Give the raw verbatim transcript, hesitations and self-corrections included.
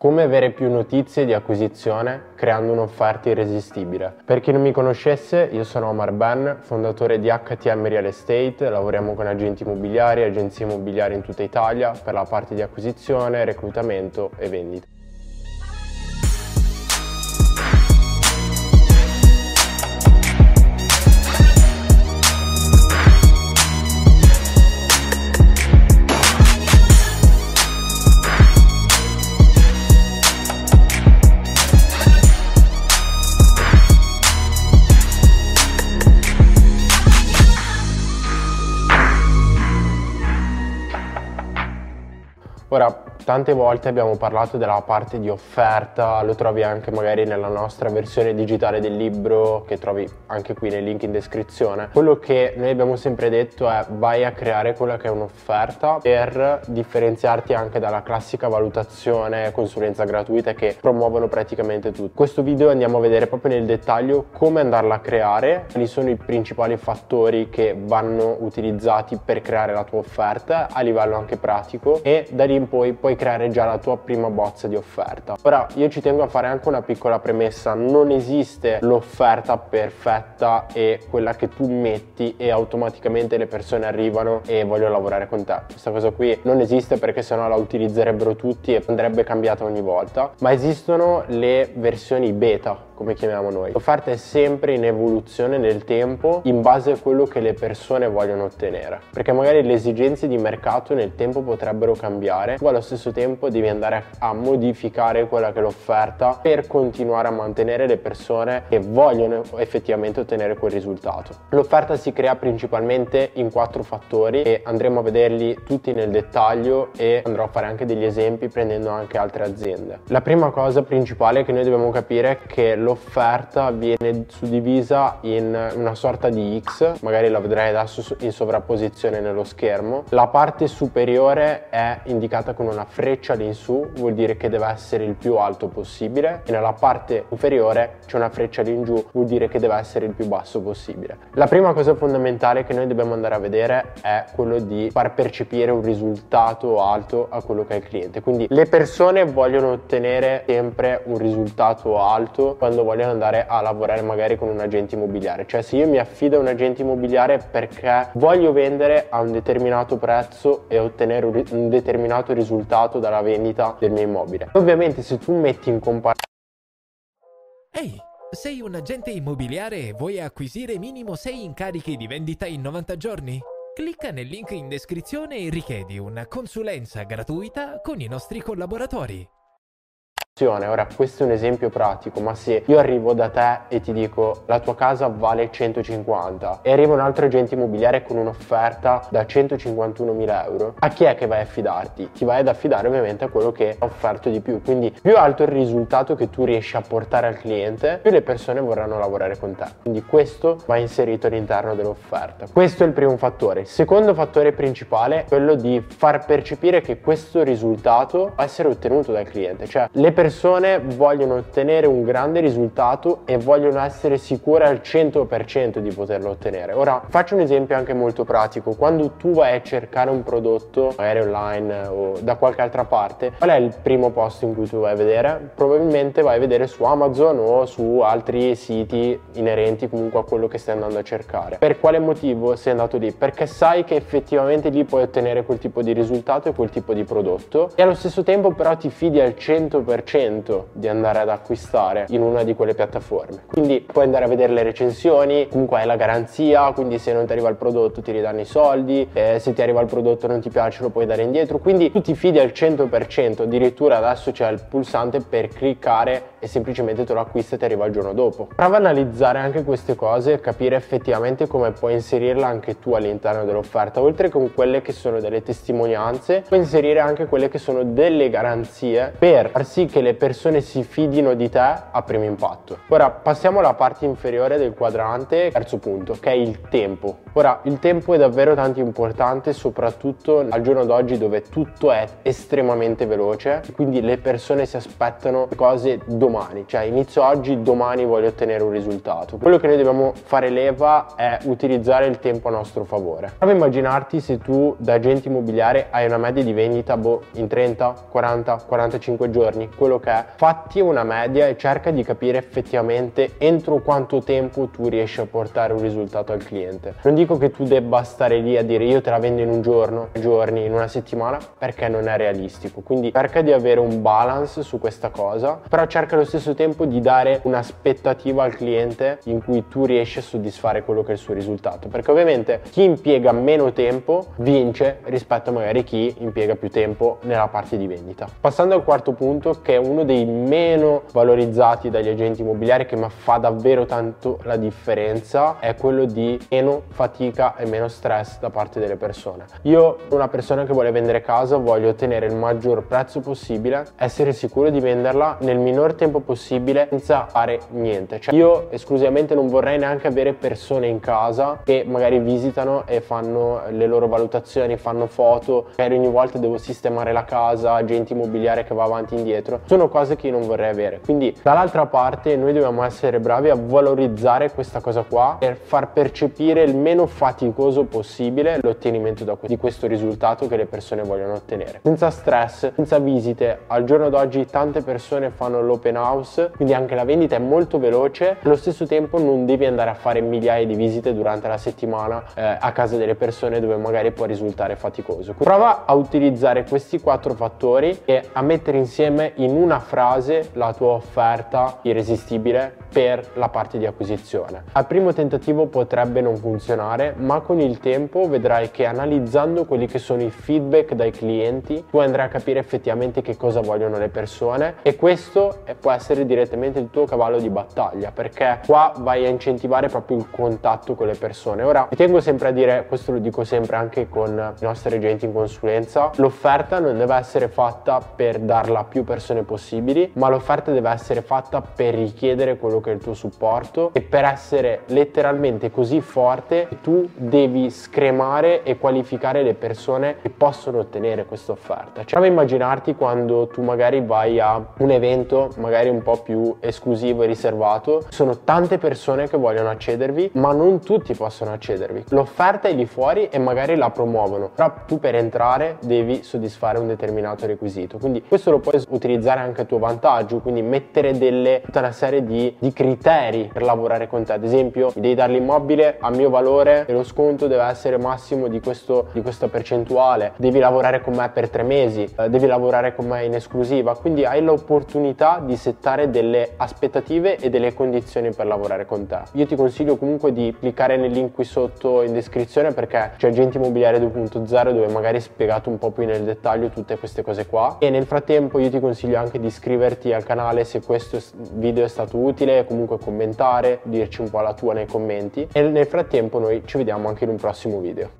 Come avere più notizie di acquisizione creando un'offerta irresistibile. Per chi non mi conoscesse, io sono Omar Ben, fondatore di H T M Real Estate. Lavoriamo con agenti immobiliari e agenzie immobiliari in tutta Italia per la parte di acquisizione, reclutamento e vendita. Ora, tante volte abbiamo parlato della parte di offerta, lo trovi anche magari nella nostra versione digitale del libro, che trovi anche qui nel link in descrizione. Quello che noi abbiamo sempre detto è: vai a creare quella che è un'offerta per differenziarti anche dalla classica valutazione consulenza gratuita che promuovono praticamente tutti. In questo video andiamo a vedere proprio nel dettaglio come andarla a creare, quali sono i principali fattori che vanno utilizzati per creare la tua offerta a livello anche pratico, e da lì in poi puoi creare già la tua prima bozza di offerta. Ora, io ci tengo a fare anche una piccola premessa: non esiste l'offerta perfetta e quella che tu metti e automaticamente le persone arrivano e vogliono lavorare con te. Questa cosa qui non esiste, perché sennò la utilizzerebbero tutti e andrebbe cambiata ogni volta. Ma esistono le versioni beta, come chiamiamo noi. L'offerta è sempre in evoluzione nel tempo in base a quello che le persone vogliono ottenere, perché magari le esigenze di mercato nel tempo potrebbero cambiare, ma allo stesso tempo devi andare a modificare quella che è l'offerta per continuare a mantenere le persone che vogliono effettivamente ottenere quel risultato. L'offerta si crea principalmente in quattro fattori e andremo a vederli tutti nel dettaglio, e andrò a fare anche degli esempi prendendo anche altre aziende. La prima cosa principale che noi dobbiamo capire è che l'offerta viene suddivisa in una sorta di X, magari la vedrai adesso in sovrapposizione nello schermo. La parte superiore è indicata con una freccia all'insù, vuol dire che deve essere il più alto possibile, e nella parte inferiore c'è una freccia all'ingiù, vuol dire che deve essere il più basso possibile. La prima cosa fondamentale che noi dobbiamo andare a vedere è quello di far percepire un risultato alto a quello che è il cliente. Quindi le persone vogliono ottenere sempre un risultato alto quando vogliono andare a lavorare magari con un agente immobiliare. Cioè, se io mi affido a un agente immobiliare perché voglio vendere a un determinato prezzo e ottenere un determinato risultato dalla vendita del mio immobile. Ovviamente se tu metti in comparazione... Ehi, sei un agente immobiliare e vuoi acquisire minimo sei incarichi di vendita in novanta giorni? Clicca nel link in descrizione e richiedi una consulenza gratuita con i nostri collaboratori. Ora, questo è un esempio pratico, ma se io arrivo da te e ti dico la tua casa vale centocinquanta e arriva un altro agente immobiliare con un'offerta da centocinquantunomila euro, a chi è che vai a affidarti? Ti vai ad affidare ovviamente a quello che ha offerto di più. Quindi più alto il risultato che tu riesci a portare al cliente, più le persone vorranno lavorare con te. Quindi questo va inserito all'interno dell'offerta. Questo è il primo fattore. Il secondo fattore principale è quello di far percepire che questo risultato va a essere ottenuto dal cliente. Cioè, le persone persone vogliono ottenere un grande risultato e vogliono essere sicure al cento per cento di poterlo ottenere. Ora faccio un esempio anche molto pratico: quando tu vai a cercare un prodotto magari online o da qualche altra parte, qual è il primo posto in cui tu vai a vedere? Probabilmente vai a vedere su Amazon o su altri siti inerenti comunque a quello che stai andando a cercare. Per quale motivo sei andato lì? Perché sai che effettivamente lì puoi ottenere quel tipo di risultato e quel tipo di prodotto, e allo stesso tempo però ti fidi al cento per cento di andare ad acquistare in una di quelle piattaforme. Quindi puoi andare a vedere le recensioni, comunque hai la garanzia, quindi se non ti arriva il prodotto ti ridanno i soldi, eh, se ti arriva il prodotto e non ti piace lo puoi dare indietro, quindi tu ti fidi al cento per cento. Addirittura adesso c'è il pulsante per cliccare e semplicemente te lo acquisti e ti arriva il giorno dopo. Prova ad analizzare anche queste cose e capire effettivamente come puoi inserirla anche tu all'interno dell'offerta. Oltre con quelle che sono delle testimonianze, puoi inserire anche quelle che sono delle garanzie per far sì che le persone si fidino di te a primo impatto. Ora passiamo alla parte inferiore del quadrante, terzo punto, che è il tempo. Ora, il tempo è davvero tanto importante, soprattutto al giorno d'oggi dove tutto è estremamente veloce, quindi le persone si aspettano cose domani, cioè inizio oggi, domani voglio ottenere un risultato. Quello che noi dobbiamo fare leva è utilizzare il tempo a nostro favore. Prova a immaginarti se tu da agente immobiliare hai una media di vendita boh, in trenta, quaranta, quarantacinque giorni, quello quello che è, fatti una media e cerca di capire effettivamente entro quanto tempo tu riesci a portare un risultato al cliente. Non dico che tu debba stare lì a dire io te la vendo in un giorno, giorni, in una settimana, perché non è realistico. Quindi cerca di avere un balance su questa cosa, però cerca allo stesso tempo di dare un'aspettativa al cliente in cui tu riesci a soddisfare quello che è il suo risultato, perché ovviamente chi impiega meno tempo vince rispetto a magari chi impiega più tempo nella parte di vendita. Passando al quarto punto, che è uno dei meno valorizzati dagli agenti immobiliari, che ma fa davvero tanto la differenza, è quello di meno fatica e meno stress da parte delle persone. Io, una persona che vuole vendere casa, voglio ottenere il maggior prezzo possibile, essere sicuro di venderla nel minor tempo possibile senza fare niente. Cioè io esclusivamente non vorrei neanche avere persone in casa che magari visitano e fanno le loro valutazioni, fanno foto, magari ogni volta devo sistemare la casa, agente immobiliare che va avanti e indietro. Sono cose che io non vorrei avere. Quindi dall'altra parte noi dobbiamo essere bravi a valorizzare questa cosa qua per far percepire il meno faticoso possibile l'ottenimento di questo risultato che le persone vogliono ottenere, senza stress, senza visite. Al giorno d'oggi tante persone fanno l'open house, quindi anche la vendita è molto veloce. Allo stesso tempo non devi andare a fare migliaia di visite durante la settimana eh, a casa delle persone, dove magari può risultare faticoso. Prova a utilizzare questi quattro fattori e a mettere insieme in una frase la tua offerta irresistibile per la parte di acquisizione. Al primo tentativo potrebbe non funzionare, ma con il tempo vedrai che analizzando quelli che sono i feedback dai clienti tu andrai a capire effettivamente che cosa vogliono le persone, e questo può essere direttamente il tuo cavallo di battaglia, perché qua vai a incentivare proprio il contatto con le persone. Ora mi tengo sempre a dire, questo lo dico sempre anche con i nostri agenti in consulenza, l'offerta non deve essere fatta per darla a più persone possibili, ma l'offerta deve essere fatta per richiedere quello che è il tuo supporto e per essere letteralmente così forte che tu devi scremare e qualificare le persone che possono ottenere questa offerta. Cioè, prova a immaginarti quando tu magari vai a un evento magari un po' più esclusivo e riservato, sono tante persone che vogliono accedervi, ma non tutti possono accedervi. L'offerta è lì fuori e magari la promuovono, però tu per entrare devi soddisfare un determinato requisito. Quindi questo lo puoi utilizzare anche a tuo vantaggio, quindi mettere delle tutta una serie di, di criteri per lavorare con te. Ad esempio, devi dare l'immobile a mio valore e lo sconto deve essere massimo di questo di questa percentuale, devi lavorare con me per tre mesi, eh, devi lavorare con me in esclusiva. Quindi hai l'opportunità di settare delle aspettative e delle condizioni per lavorare con te. Io ti consiglio comunque di cliccare nel link qui sotto in descrizione, perché c'è Agenti Immobiliare due punto zero dove magari è spiegato un po' più nel dettaglio tutte queste cose qua, e nel frattempo io ti consiglio anche di iscriverti al canale se questo video è stato utile, comunque commentare, dirci un po' la tua nei commenti, e nel frattempo noi ci vediamo anche in un prossimo video.